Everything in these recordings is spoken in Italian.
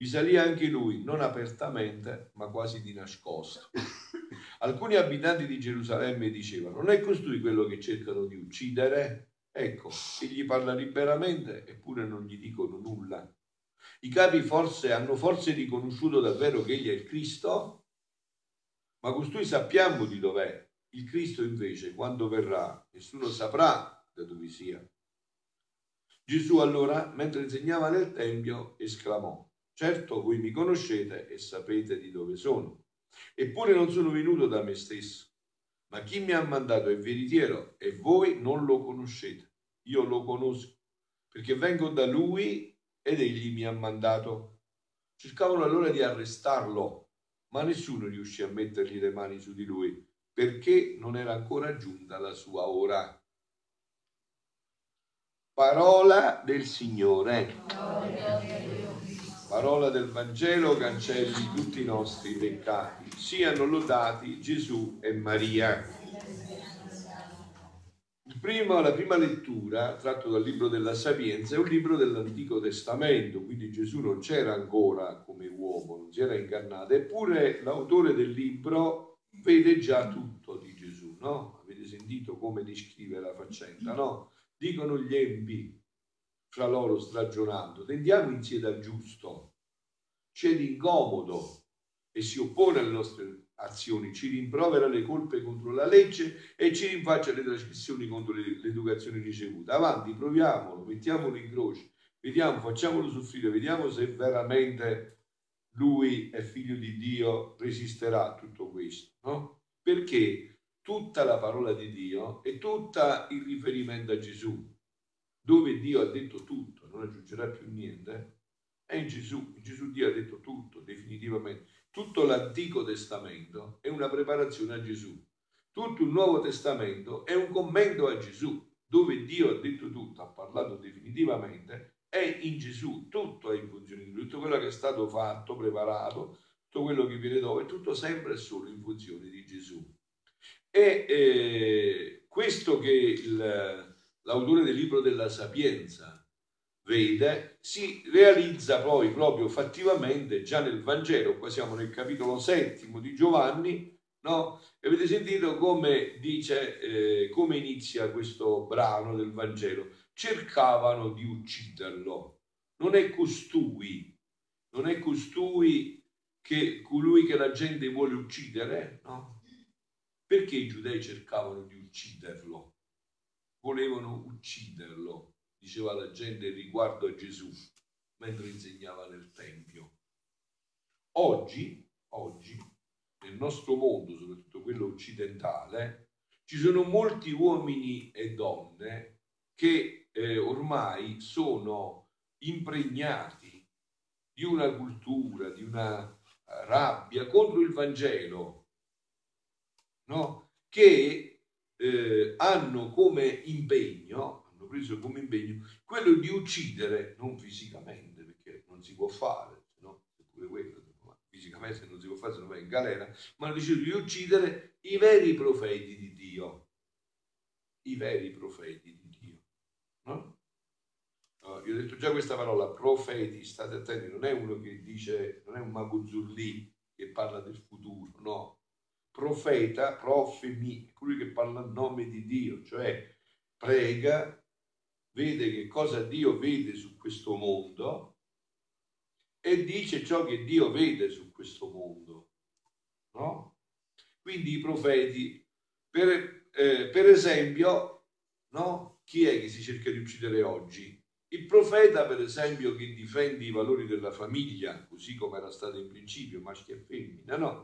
Vi salì anche lui, non apertamente, ma quasi di nascosto. Alcuni abitanti di Gerusalemme dicevano: non è costui quello che cercano di uccidere? Ecco, egli parla liberamente, eppure non gli dicono nulla. I capi hanno forse riconosciuto davvero che egli è il Cristo? Ma costui sappiamo di dov'è. Il Cristo invece, quando verrà, nessuno saprà da dove sia. Gesù allora, mentre insegnava nel Tempio, esclamò: certo, voi mi conoscete e sapete di dove sono. Eppure non sono venuto da me stesso, ma chi mi ha mandato è veritiero e voi non lo conoscete. Io lo conosco, perché vengo da lui ed egli mi ha mandato. Cercavano allora di arrestarlo, ma nessuno riuscì a mettergli le mani su di lui, perché non era ancora giunta la sua ora. Parola del Signore. Parola del Vangelo cancelli tutti i nostri peccati. Siano lodati Gesù e Maria. La prima lettura, tratto dal libro della Sapienza, è un libro dell'Antico Testamento, quindi Gesù non c'era ancora come uomo, non si era incarnato, eppure l'autore del libro vede già tutto di Gesù, no? Avete sentito come descrive la faccenda, no? Dicono gli empi fra loro stragionando: tendiamo insieme al giusto, c'è l'incomodo e si oppone alle nostre azioni, ci rimprovera le colpe contro la legge e ci rinfaccia le trasgressioni contro l'educazione ricevuta. Avanti, proviamolo, mettiamolo in croce, vediamo, facciamolo soffrire, vediamo se veramente lui è figlio di Dio, resisterà a tutto questo, no? Perché tutta la parola di Dio è tutta il riferimento a Gesù, dove Dio ha detto tutto, non aggiungerà più niente. È in Gesù. In Gesù Dio ha detto tutto, definitivamente. Tutto l'Antico Testamento è una preparazione a Gesù. Tutto il Nuovo Testamento è un commento a Gesù, dove Dio ha detto tutto, ha parlato definitivamente, è in Gesù. Tutto è in funzione di Lui. Tutto quello che è stato fatto, preparato, tutto quello che viene dopo, è tutto sempre e solo in funzione di Gesù. E questo che l'autore del libro della Sapienza vede si realizza poi proprio fattivamente già nel Vangelo. Qua siamo nel capitolo 7 di Giovanni, no? E avete sentito come dice, come inizia questo brano del Vangelo: cercavano di ucciderlo. Non è costui che colui che la gente vuole uccidere, no? Perché i giudei cercavano di ucciderlo? Volevano ucciderlo, diceva la gente riguardo a Gesù mentre insegnava nel Tempio. Oggi, nel nostro mondo, soprattutto quello occidentale, ci sono molti uomini e donne che ormai sono impregnati di una cultura, di una rabbia contro il Vangelo, no? Che hanno preso come impegno quello di uccidere, non fisicamente, perché non si può fare, no? Pure quello, fisicamente non si può fare, se non vai in galera, ma hanno deciso di uccidere i veri profeti di Dio, i veri profeti di Dio, no? Io ho detto già questa parola, profeti, state attenti, non è uno che dice, non è un mago Zurlì che parla del futuro, no. Profeta, profemi, è colui che parla a nome di Dio, cioè prega, vede che cosa Dio vede su questo mondo e dice ciò che Dio vede su questo mondo, no? Quindi i profeti, per esempio, no? Chi è che si cerca di uccidere oggi? Il profeta, per esempio, che difende i valori della famiglia, così come era stato in principio, maschio e femmina, no?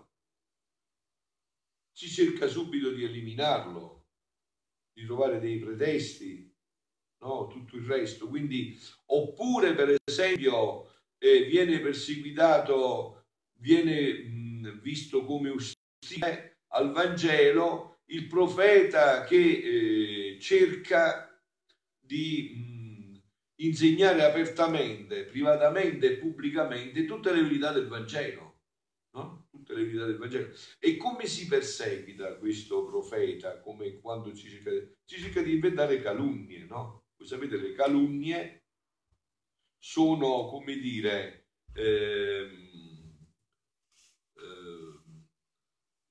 Si cerca subito di eliminarlo, di trovare dei pretesti, no? Tutto il resto. Quindi, oppure, per esempio, viene perseguitato, viene visto come ostile al Vangelo il profeta che cerca di insegnare apertamente, privatamente e pubblicamente tutte le verità del Vangelo, no? Tutte le verità del Vangelo. E come si perseguita questo profeta? Come quando si cerca di inventare calunnie, no? Voi sapete, le calunnie sono, come dire,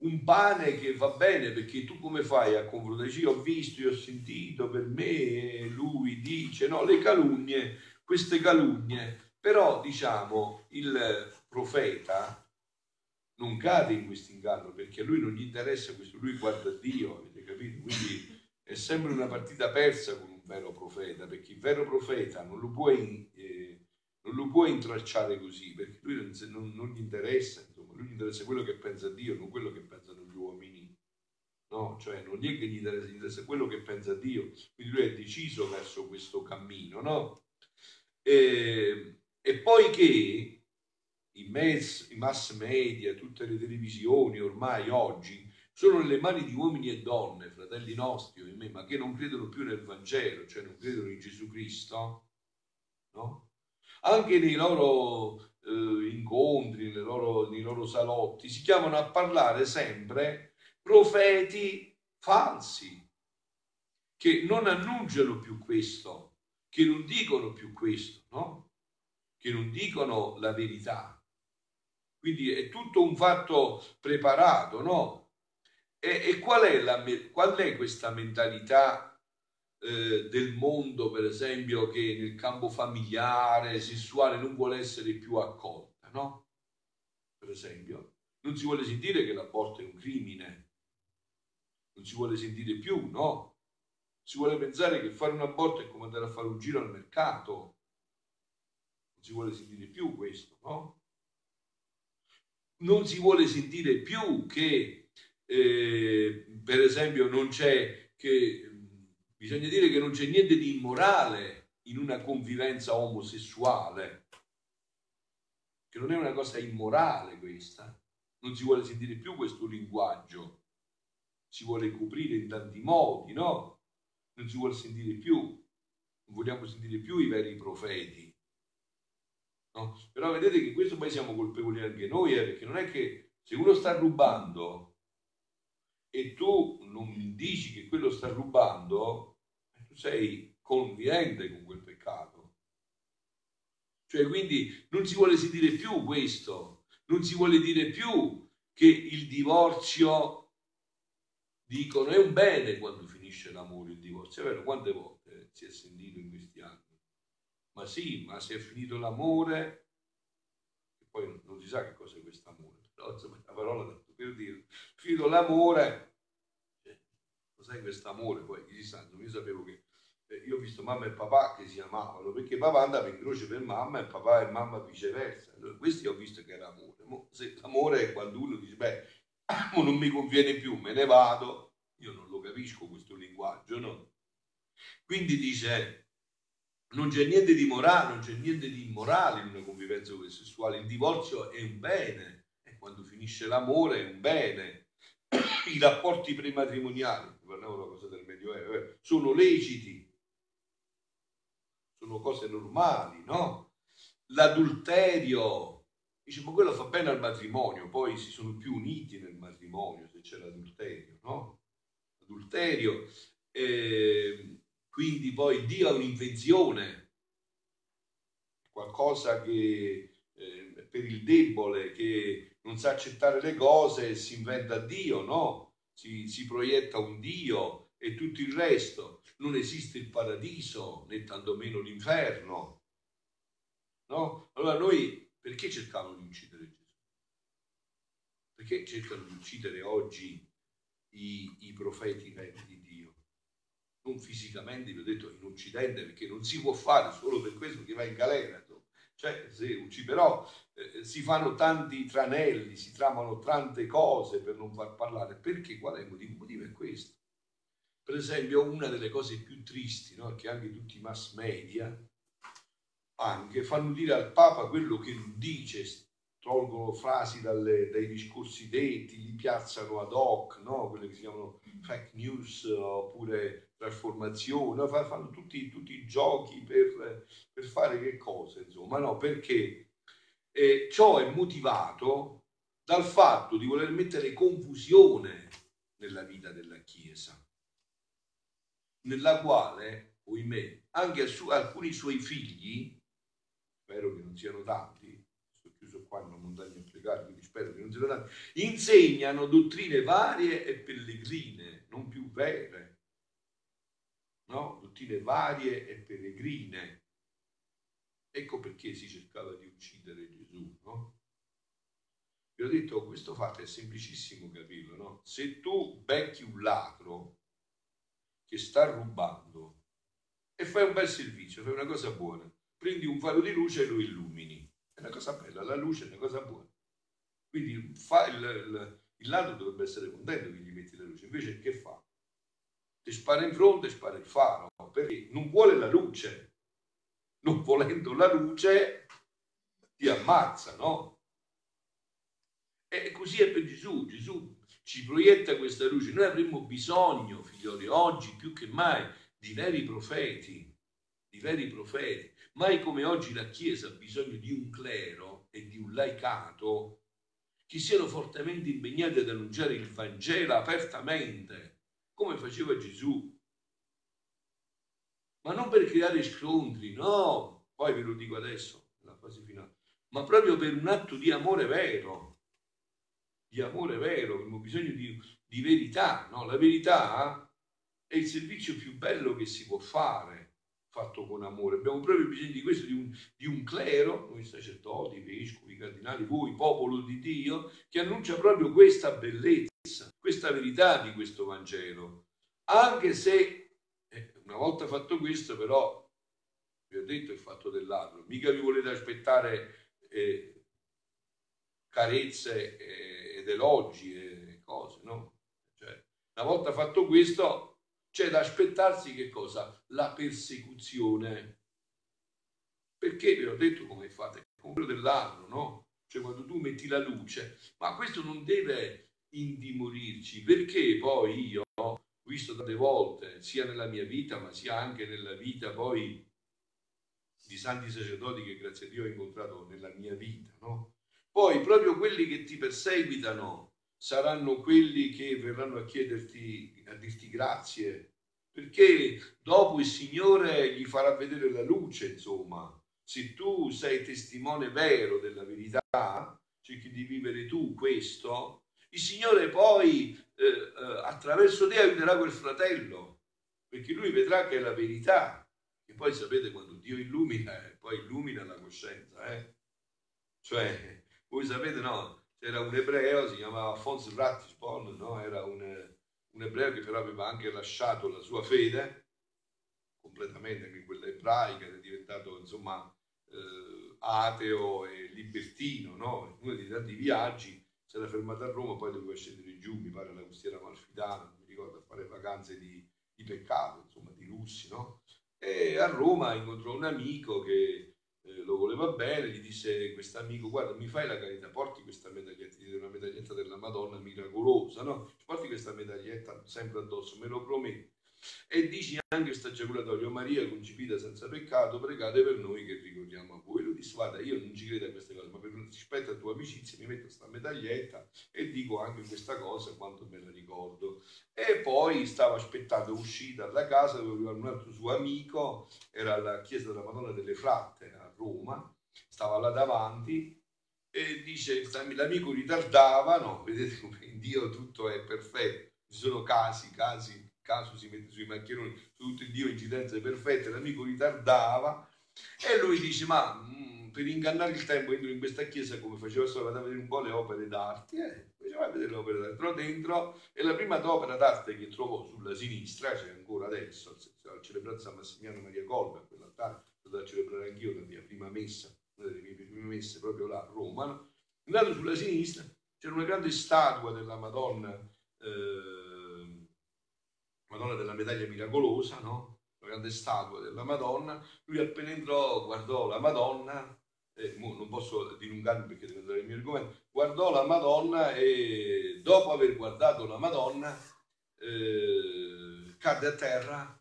un pane che va bene, perché tu come fai a confrontare? Io ho visto, io ho sentito, per me lui dice, no, le calunnie, queste calunnie, però diciamo il profeta non cade in questo inganno, perché a lui non gli interessa questo, lui guarda Dio, avete capito? Quindi è sempre una partita persa con un vero profeta, perché il vero profeta non lo puoi intralciare così, perché lui non gli interessa, insomma, lui gli interessa quello che pensa Dio, non quello che pensano gli uomini. No, cioè non è che gli interessa quello che pensa Dio, quindi lui è deciso verso questo cammino, no? E poi che i mass media, tutte le televisioni ormai oggi sono nelle mani di uomini e donne, fratelli nostri o in me, ma che non credono più nel Vangelo, cioè non credono in Gesù Cristo, no? Anche nei loro incontri, nei loro salotti, si chiamano a parlare sempre profeti falsi, che non annunciano più questo, che non dicono più questo, no? Che non dicono la verità. Quindi è tutto un fatto preparato, no? E qual è questa mentalità del mondo, per esempio, che nel campo familiare, sessuale, non vuole essere più accolta, no? Per esempio, non si vuole sentire che l'aborto è un crimine, non si vuole sentire più, no? Si vuole pensare che fare un aborto è come andare a fare un giro al mercato, non si vuole sentire più questo, no? Non si vuole sentire più che, per esempio, non c'è che bisogna dire che non c'è niente di immorale in una convivenza omosessuale, che non è una cosa immorale questa. Non si vuole sentire più questo linguaggio, si vuole coprire in tanti modi, no? Non si vuole sentire più, non vogliamo sentire più i veri profeti. No? Però vedete che in questo poi siamo colpevoli anche noi, perché non è che se uno sta rubando e tu non dici che quello sta rubando, tu sei convivente con quel peccato. Cioè, quindi non si vuole sentire più questo, non si vuole dire più che il divorzio, dicono, è un bene quando finisce l'amore, il divorzio. È vero, quante volte si è sentito in questi anni? Ma sì, ma se è finito l'amore, e poi non si sa che cosa è questo amore, però insomma la parola per dire, finito l'amore, cos'è questo amore? Poi chi si sa, io sapevo che io ho visto mamma e papà che si amavano, perché papà andava in croce per mamma e papà e mamma viceversa. Allora, questi ho visto che era amore. Se l'amore è quando uno dice, beh, non mi conviene più, me ne vado, io non lo capisco questo linguaggio, no? Quindi dice, non c'è niente di morale, non c'è niente di immorale in una convivenza sessuale, il divorzio è un bene, e quando finisce l'amore è un bene. I rapporti prematrimoniali, parliamo una cosa del Medioevo, sono leciti, sono cose normali, no? L'adulterio, dice, ma quello fa bene al matrimonio, poi si sono più uniti nel matrimonio se c'è l'adulterio, no? Adulterio, quindi poi Dio ha un'invenzione, qualcosa che per il debole che non sa accettare le cose si inventa Dio, no? Si proietta un Dio e tutto il resto. Non esiste il paradiso né tantomeno l'inferno, no? Allora noi perché cercavano di uccidere Gesù? Perché cercano di uccidere oggi i profeti veri di Dio? Non fisicamente, vi ho detto, in Occidente, perché non si può fare solo per questo, che va in galera, insomma. Cioè, però si fanno tanti tranelli, si tramano tante cose per non far parlare. Perché? Qual è il motivo? Il motivo è questo. Per esempio, una delle cose più tristi, no? Che anche tutti i mass media anche fanno dire al Papa quello che non dice, tolgono frasi dai discorsi detti, li piazzano ad hoc, no? Quelle che si chiamano fake news oppure trasformazione, no? Fanno tutti i giochi per fare che cosa, insomma, no? Perché ciò è motivato dal fatto di voler mettere confusione nella vita della Chiesa, nella quale, ohimè, anche alcuni suoi figli, spero che non siano tanti, sto chiuso qua, non montagne applicate, quindi spero che non siano tanti, insegnano dottrine varie e pellegrine, non più vere, no? Dottrine varie e peregrine. Ecco perché si cercava di uccidere Gesù, no? Vi ho detto, questo fatto è semplicissimo capirlo, no? Se tu becchi un ladro che sta rubando e fai un bel servizio, fai una cosa buona, prendi un faro di luce e lo illumini, è una cosa bella, la luce è una cosa buona. Quindi il ladro dovrebbe essere contento che gli metti la luce, invece che fa? Ti spara in fronte e spara il faro, perché non vuole la luce, non volendo la luce ti ammazza, no? E così è per Gesù. Gesù ci proietta questa luce. Noi avremmo bisogno, figlioli, oggi più che mai, di veri profeti, di veri profeti. Mai come oggi la Chiesa ha bisogno di un clero e di un laicato che siano fortemente impegnati ad annunciare il Vangelo apertamente, come faceva Gesù. Ma non per creare scontri, no, poi ve lo dico adesso, nella fase finale, ma proprio per un atto di amore vero. Di amore vero, abbiamo bisogno di verità, no? La verità è il servizio più bello che si può fare, fatto con amore. Abbiamo proprio bisogno di questo, di un clero, noi sacerdoti, vescovi, cardinali, voi, popolo di Dio, che annuncia proprio questa bellezza, questa verità di questo Vangelo. Anche se, una volta fatto questo, però, vi ho detto il fatto del ladro, mica vi volete aspettare carezze ed elogi e cose, no? Cioè, una volta fatto questo, c'è da aspettarsi che cosa? La persecuzione. Perché vi ho detto come fate? Come quello dell'altro, no? Cioè quando tu metti la luce, ma questo non deve intimorirci, perché poi io ho visto tante volte, sia nella mia vita, ma sia anche nella vita poi di santi sacerdoti che grazie a Dio ho incontrato nella mia vita, no? Poi proprio quelli che ti perseguitano saranno quelli che verranno a chiederti, a dirti grazie, perché dopo il Signore gli farà vedere la luce, insomma. Se tu sei testimone vero della verità, cerchi di vivere tu questo, il Signore poi attraverso te aiuterà quel fratello, perché lui vedrà che è la verità. E poi sapete quando Dio illumina, poi illumina la coscienza, Cioè, voi sapete, no? C'era un ebreo, si chiamava Fons Ratisbon, no? Era un ebreo che però aveva anche lasciato la sua fede, completamente anche quella ebraica, era diventato, insomma, ateo e libertino, no? In uno dei tanti viaggi si era fermato a Roma, poi doveva scendere giù, mi pare, alla costiera amalfitana, non mi ricordo, a fare vacanze di peccato, insomma, di lussi, no? E a Roma incontrò un amico che lo voleva bene, gli disse questo amico: guarda, mi fai la carità, porti questa medaglietta, ti do una medaglietta della Madonna miracolosa, no? Porti questa medaglietta sempre addosso, me lo prometti. E dici anche questa giaculatoria: Maria concepita senza peccato, pregate per noi che ricordiamo a voi. Lui disse: guarda, io non ci credo a queste cose, ma per rispetto a tua amicizia mi metto questa medaglietta e dico anche questa cosa quanto me la ricordo. E poi stava aspettando, uscì dalla casa dove aveva un altro suo amico, era alla chiesa della Madonna delle Fratte a Roma, stava là davanti e dice: l'amico ritardava, no? Vedete come in Dio tutto è perfetto, ci sono caso si mette sui maccheroni, su tutto il Dio incidenze perfette, l'amico ritardava e lui dice: ma per ingannare il tempo entro in questa chiesa come faceva solo, vado a vedere un po' le opere d'arte, vai a vedere le opere d'arte, entrò dentro e la prima opera d'arte che trovò sulla sinistra, c'è ancora adesso, alla celebranza San Massimiliano Maria Colbe, a quell'altare, sono andato a celebrare anch'io la mia prima messa, una delle mie prime messe proprio là a Roma, no? Andato sulla sinistra c'era una grande statua della Madonna, Madonna della medaglia miracolosa, no? Una grande statua della Madonna. Lui appena entrò guardò la Madonna, non posso dilungarmi perché devo andare al mio argomento, guardò la Madonna e dopo aver guardato la Madonna cadde a terra.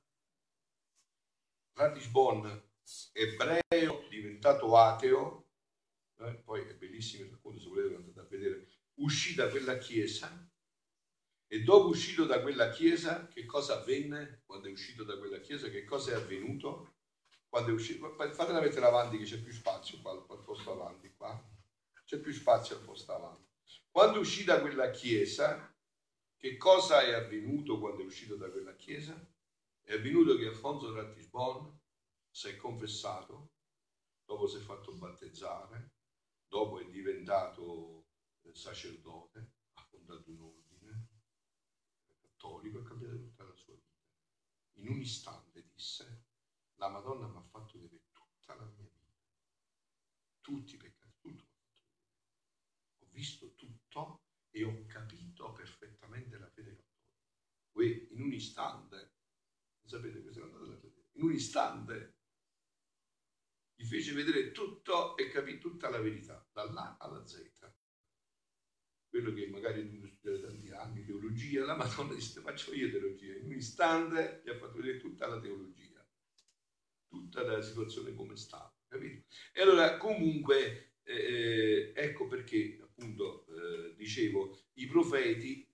Ratisbon, ebreo diventato ateo, poi è bellissimo il racconto, se volete andate a vedere, uscì da quella chiesa. E dopo uscito da quella chiesa, che cosa avvenne? Quando è uscito da quella chiesa, che cosa è avvenuto? Quando è uscito, fatela mettere avanti che c'è più spazio qua, al posto avanti qua. c'è più spazio al posto avanti. Quando uscì da quella chiesa, che cosa è avvenuto quando è uscito da quella chiesa? È avvenuto che Alfonso Ratisbon si è confessato, dopo si è fatto battezzare, dopo è diventato sacerdote, ha fondato un ordine cattolico, ha cambiato tutta la sua vita. In un istante disse: la Madonna mi ha fatto vedere tutta la mia vita, tutti i peccati, tutto. Ho visto tutto e ho capito perfettamente la fede cattolica. Voi in un istante, sapete cosa è andato a vedere? In un istante gli fece vedere tutto e capì tutta la verità, dall'A alla Z. Quello che magari ha dovuto studiare tanti anni, teologia, la Madonna disse: faccio io teologia. In un istante gli ha fatto vedere tutta la teologia, tutta la situazione come sta, capito? E allora comunque ecco perché appunto dicevo, i profeti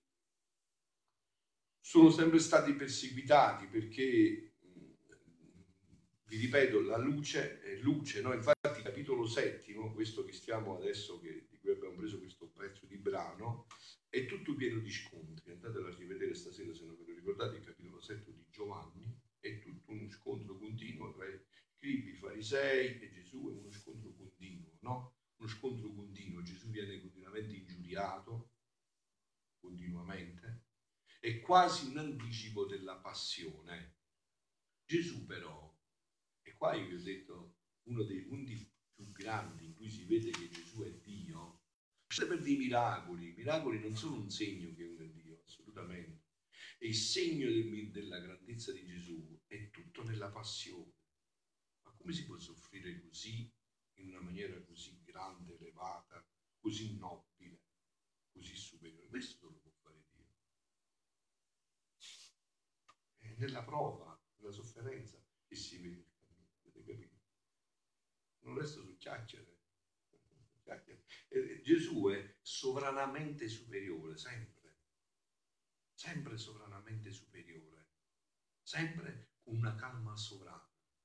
sono sempre stati perseguitati, perché vi ripeto, la luce è luce, no? Infatti capitolo 7, questo che stiamo adesso, di cui abbiamo preso questo pezzo di brano, è tutto pieno di scontri. Andatelo a rivedere stasera se non ve lo ricordate, il capitolo 7 di Giovanni, è tutto uno scontro continuo tra i scribi, i farisei e Gesù, è uno scontro continuo, no? Uno scontro continuo, Gesù viene continuamente ingiuriato, continuamente, è quasi un anticipo della passione. Gesù però, e qua io vi ho detto, uno dei punti più grandi in cui si vede che Gesù è Dio, per dei miracoli. I miracoli non sono un segno che uno è Dio, assolutamente. E il segno della grandezza di Gesù è tutto nella passione. Ma come si può soffrire così, in una maniera così grande, elevata, così nobile, così superiore? Questo lo può fare Dio. È nella prova, nella sofferenza che si vede il cammino, avete capito? Non resta su chiacchiere. Gesù è sovranamente superiore, sempre sovranamente superiore, sempre con una calma sovrana.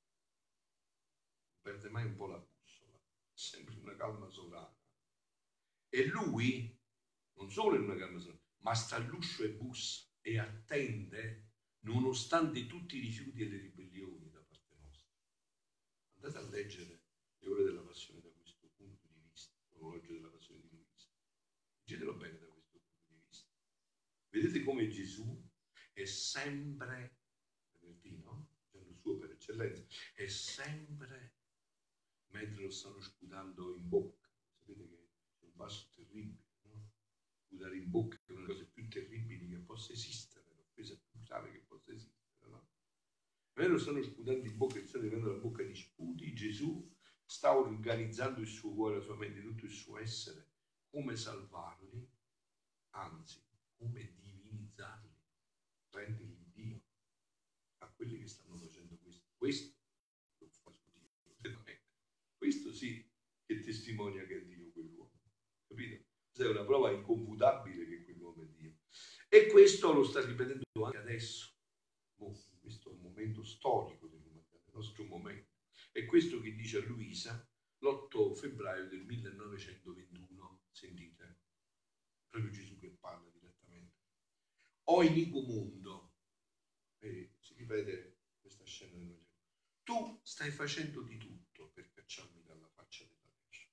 Non perde mai un po' la bussola, sempre una calma sovrana. E lui, non solo in una calma sovrana, ma sta all'uscio e bussa e attende, nonostante tutti i rifiuti e le ribellioni da parte nostra. Andate a leggere le ore della passione da questo punto di vista, l'orologio della passione di Luisa. Leggetelo bene da questo punto di vista. Vedete come Gesù è sempre, no? Il suo per eccellenza, è sempre, mentre lo stanno sputando in bocca. Sapete che è un passo terribile, no? Sputare in bocca è una delle cose più terribili che possa esistere, l'offesa più grave che possa esistere, no? Mentre lo stanno sputando in bocca, stanno arrivando la bocca di sputi, Gesù sta organizzando il suo cuore, la sua mente, tutto il suo essere, come salvarli, anzi, come divinizzarli, renderli Dio a quelli che stanno facendo questo. Questo lo fa Dio. Questo sì che testimonia che è Dio quell'uomo, capito? Questa è una prova inconfutabile che quell'uomo è Dio. E questo lo sta ripetendo anche adesso, in questo momento storico dell'umanità, del nostro momento. È questo che dice a Luisa l'8 febbraio del 1921, sentite, proprio Gesù che parla direttamente. O iniquo mondo, si ripete questa scena del Vangelo, tu stai facendo di tutto per cacciarmi dalla faccia della luce,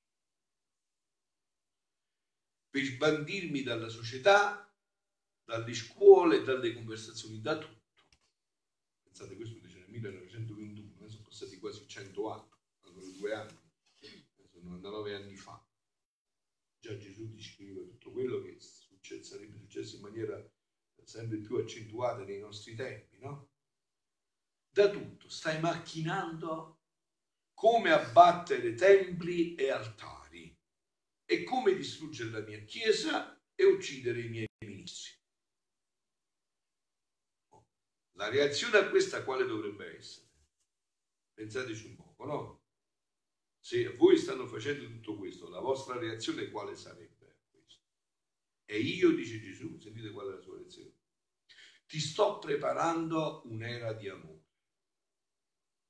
per sbandirmi dalla società, dalle scuole, dalle conversazioni, da tutto. Pensate, questo dice nel 1921, sono passati quasi 100 anni, allora 2 anni, sono 99 anni fa. Già Gesù descriveva tutto quello che sarebbe successo in maniera sempre più accentuata nei nostri tempi, no? Da tutto, stai macchinando come abbattere templi e altari e come distruggere la mia chiesa e uccidere i miei ministri. La reazione a questa quale dovrebbe essere? Pensateci un poco, no? Se voi stanno facendo tutto questo, la vostra reazione quale sarebbe a questo? E io, dice Gesù, sentite qual è la sua reazione, ti sto preparando un'era di amore.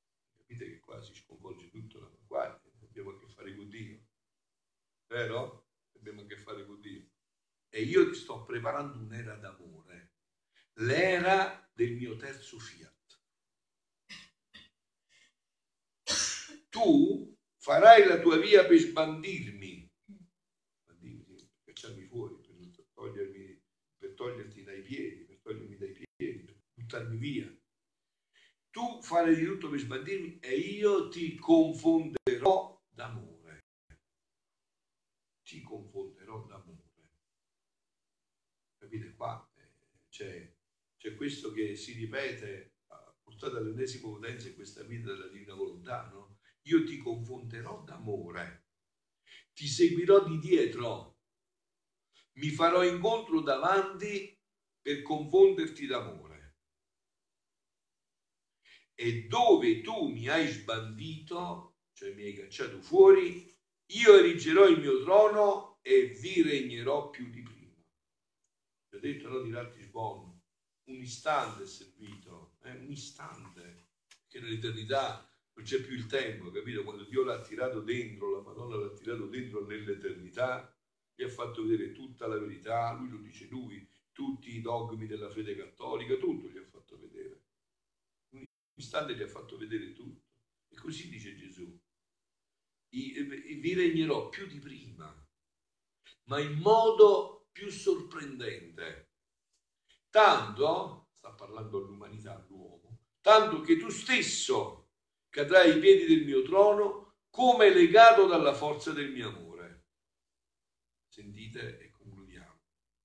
Capite che qua si sconvolge tutto, qua abbiamo a che fare con Dio, vero? abbiamo a che fare con Dio. E io ti sto preparando un'era d'amore, l'era del mio terzo fiat. Tu farai la tua via per sbandirmi, per cacciarmi fuori, per toglierti dai piedi, per togliermi dai piedi, per buttarmi via. Tu farai di tutto per sbandirmi e io ti confonderò d'amore. Ti confonderò d'amore. Capite qua? C'è questo che si ripete, portato all'ennesima potenza in questa vita della divina volontà, no? Io ti confonderò d'amore, ti seguirò di dietro, mi farò incontro davanti per confonderti d'amore. E dove tu mi hai sbandito, cioè mi hai cacciato fuori, io erigerò il mio trono e vi regnerò più di prima. Vi ho detto, no, di Ratisbon, un istante è servito, un istante, che nell'eternità non c'è più il tempo, capito? Quando Dio l'ha tirato dentro, la Madonna l'ha tirato dentro nell'eternità, gli ha fatto vedere tutta la verità, lui lo dice lui, tutti i dogmi della fede cattolica, tutto gli ha fatto vedere. Un istante gli ha fatto vedere tutto. E così dice Gesù, vi regnerò più di prima, ma in modo più sorprendente. Tanto, sta parlando all'umanità, all'uomo, tanto che tu stesso cadrai ai piedi del mio trono come legato dalla forza del mio amore. Sentite e concludiamo.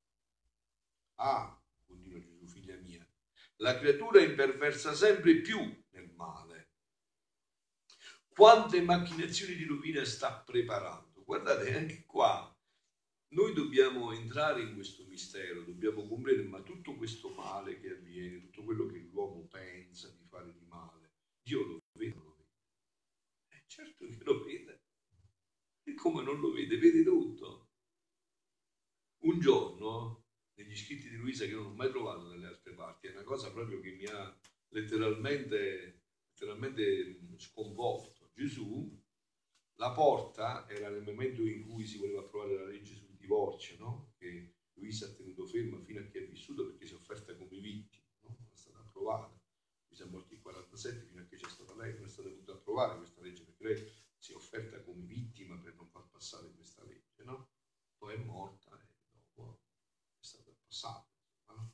Ah, continua Gesù, figlia mia, la creatura imperversa sempre più nel male. Quante macchinazioni di rovina sta preparando. Guardate, anche qua noi dobbiamo entrare in questo mistero, dobbiamo comprendere, ma tutto questo male che avviene, tutto quello che l'uomo pensa di fare di male, Dio lo vede, non lo vede. Certo che lo vede. E come non lo vede? Vede tutto. Un giorno, negli scritti di Luisa, che non ho mai trovato dalle altre parti, è una cosa proprio che mi ha letteralmente sconvolto. Gesù, la porta era nel momento in cui si voleva approvare la legge sul divorzio, no? Che Luisa ha tenuto ferma fino a che è vissuto perché si è offerta come vittima, no? Non è stata approvata. Luisa è morta nel 47, fino a che c'è stata lei, non è stata potuta approvare questa legge perché lei si è offerta come vittima per non far passare questa legge, no? Poi è morta e dopo è stata passata. No?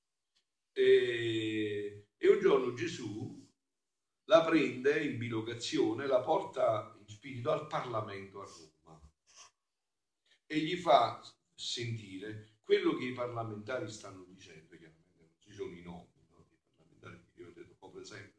E un giorno Gesù la prende in bilocazione, la porta in spirito al Parlamento a Roma e gli fa sentire quello che i parlamentari stanno dicendo. Chiaramente non ci sono i nomi, no, dei parlamentari, che io ho detto copre sempre.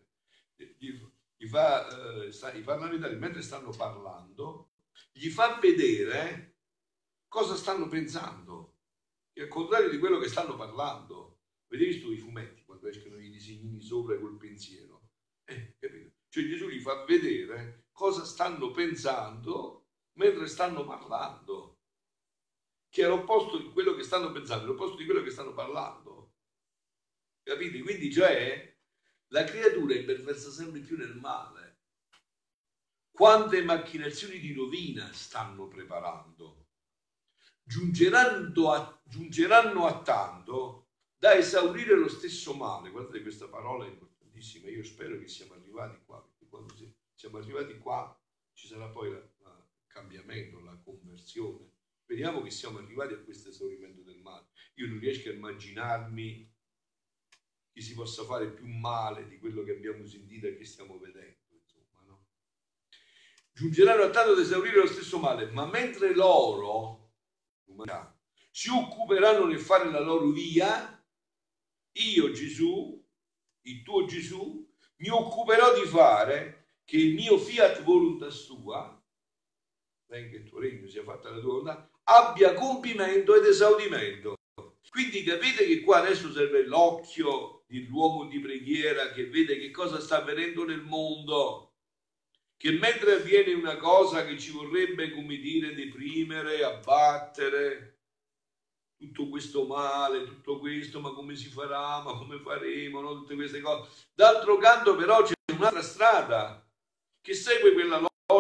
I parlamentari, mentre stanno parlando, gli fa vedere cosa stanno pensando, che al contrario di quello che stanno parlando. Avete visto i fumetti quando escono i disegnini sopra col pensiero? Capito? Cioè Gesù gli fa vedere cosa stanno pensando mentre stanno parlando, che è l'opposto di quello che stanno pensando, è l'opposto di quello che stanno parlando. Capite? Quindi cioè la creatura è imperversa sempre più nel male. Quante macchinazioni di rovina stanno preparando? Giungeranno a tanto da esaurire lo stesso male. Guardate, questa parola è importantissima. Io spero che siamo arrivati qua, perché quando siamo arrivati qua ci sarà poi il cambiamento, la conversione. Speriamo che siamo arrivati a questo esaurimento del male. Io non riesco a immaginarmi che si possa fare più male di quello che abbiamo sentito e che stiamo vedendo, insomma, no? Giungeranno a tanto da esaurire lo stesso male, ma mentre loro, l'umanità, si occuperanno nel fare la loro via, io Gesù, il tuo Gesù, mi occuperò di fare che il mio fiat voluntas tua, venga il tuo regno, sia fatta la tua volontà, abbia compimento ed esaudimento. Quindi capite che qua adesso serve l'occhio dell'uomo di preghiera che vede che cosa sta avvenendo nel mondo, che mentre avviene una cosa che ci vorrebbe, come dire, deprimere, abbattere, tutto questo male, tutto questo, ma come si farà, ma come faremo, no? Tutte queste cose. D'altro canto però c'è un'altra strada che segue quella logica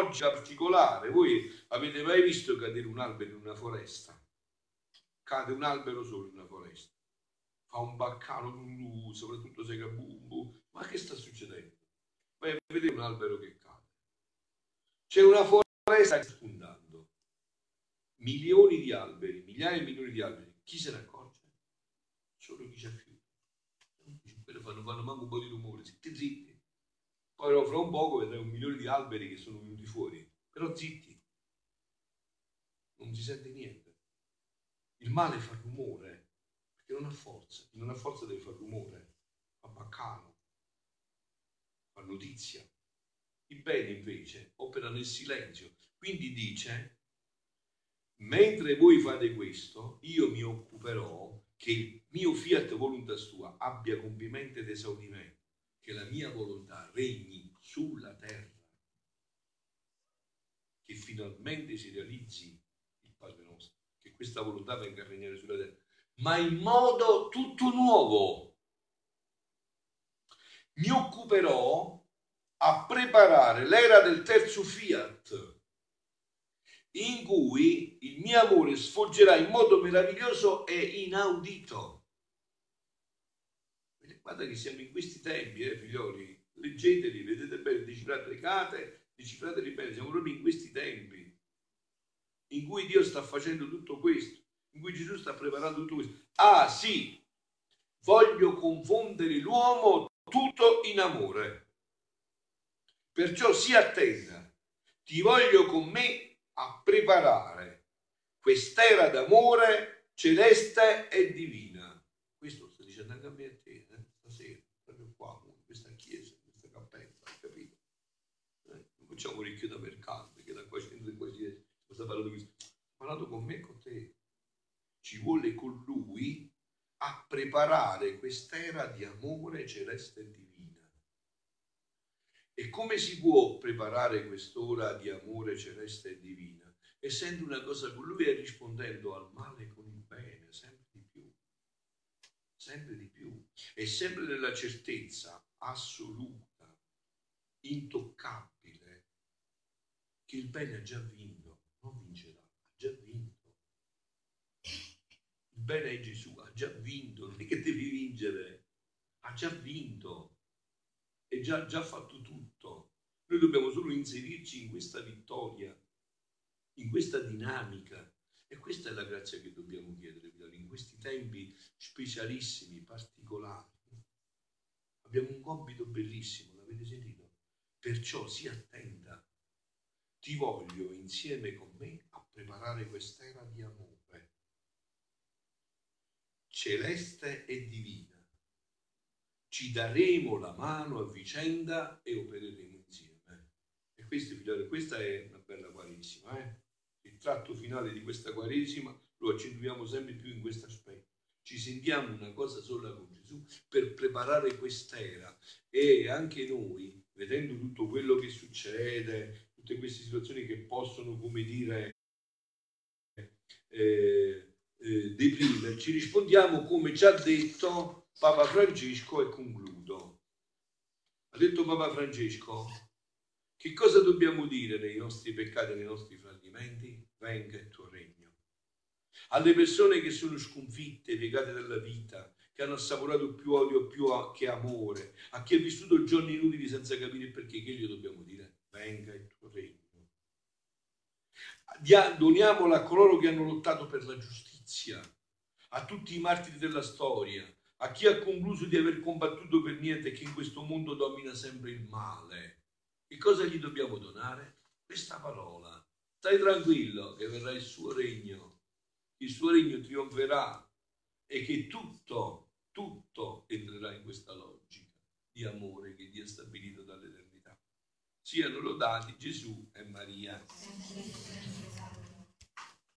pioggia particolare. Voi avete mai visto cadere un albero in una foresta? Cade un albero solo in una foresta, fa un baccano, soprattutto se bumbu. Ma che sta succedendo? Vai a vedere un albero che cade. C'è una foresta che sta spuntando. Milioni di alberi, migliaia e milioni di alberi. Chi se ne accorge? Solo chi c'è più. Quello fanno manco un po' di rumore, zitti zitti. Poi fra un poco vedrai 1 milione di alberi che sono venuti fuori, però zitti. Non si sente niente. Il male fa rumore, perché non ha forza. Chi non ha forza deve fare rumore, fa baccano, fa notizia. Il bene invece opera nel silenzio. Quindi dice, mentre voi fate questo, io mi occuperò che il mio fiat voluntas tua abbia compimento ed esaudimento, che la mia volontà regni sulla terra, che finalmente si realizzi il Padre nostro, che questa volontà venga a regnare sulla terra, ma in modo tutto nuovo. Mi occuperò a preparare l'era del terzo fiat, in cui il mio amore sfoggerà in modo meraviglioso e inaudito. Guarda che siamo in questi tempi, figlioli, leggeteli, vedete bene, decifrateli bene, siamo proprio in questi tempi in cui Dio sta facendo tutto questo, in cui Gesù sta preparando tutto questo. Ah sì, voglio confondere l'uomo tutto in amore, perciò sii attenta, ti voglio con me a preparare quest'era d'amore celeste e divina. Questo lo sto dicendo anche a me e a te, stasera, proprio qua, in questa chiesa, in questa cappella, capito? Non facciamo orecchio da mercato, perché da qua scende quasi sta parlando questo. Ha parlato con me e con te. Ci vuole con lui a preparare quest'era di amore celeste e divina. E come si può preparare quest'ora di amore celeste e divina? Essendo una cosa con lui e rispondendo al male con il bene, sempre di più. Sempre di più. E sempre nella certezza assoluta, intoccabile, che il bene ha già vinto. Non vincerà, ha già vinto. Il bene è Gesù, ha già vinto, non è che devi vincere, ha già vinto, è già fatto tutto. Noi dobbiamo solo inserirci in questa vittoria, in questa dinamica, e questa è la grazia che dobbiamo chiedere in questi tempi specialissimi, particolari. Abbiamo un compito bellissimo, l'avete sentito? Perciò sii attenta. Ti voglio insieme con me a preparare quest'era di amore celeste e divina. Ci daremo la mano a vicenda e opereremo insieme. E questo, figlioli, questa è una bella Quaresima. Il tratto finale di questa Quaresima lo accentuiamo sempre più in questo aspetto. Ci sentiamo una cosa sola con Gesù per preparare quest'era, e anche noi, vedendo tutto quello che succede, tutte queste situazioni che possono, come dire, deprimerci, rispondiamo come ci ha detto Papa Francesco, e concludo. Ha detto Papa Francesco, che cosa dobbiamo dire nei nostri peccati e nei nostri fallimenti? Venga il tuo regno. Alle persone che sono sconfitte, piegate dalla vita, che hanno assaporato più odio che amore, a chi ha vissuto giorni inutili senza capire il perché, che gli dobbiamo dire? Venga il tuo regno. Doniamola a coloro che hanno lottato per la giustizia, a tutti i martiri della storia, a chi ha concluso di aver combattuto per niente e che in questo mondo domina sempre il male. Che cosa gli dobbiamo donare? Questa parola. Stai tranquillo che verrà il suo regno trionferà, e che tutto entrerà in questa logica di amore che Dio ha stabilito dall'eternità. Siano lodati Gesù e Maria.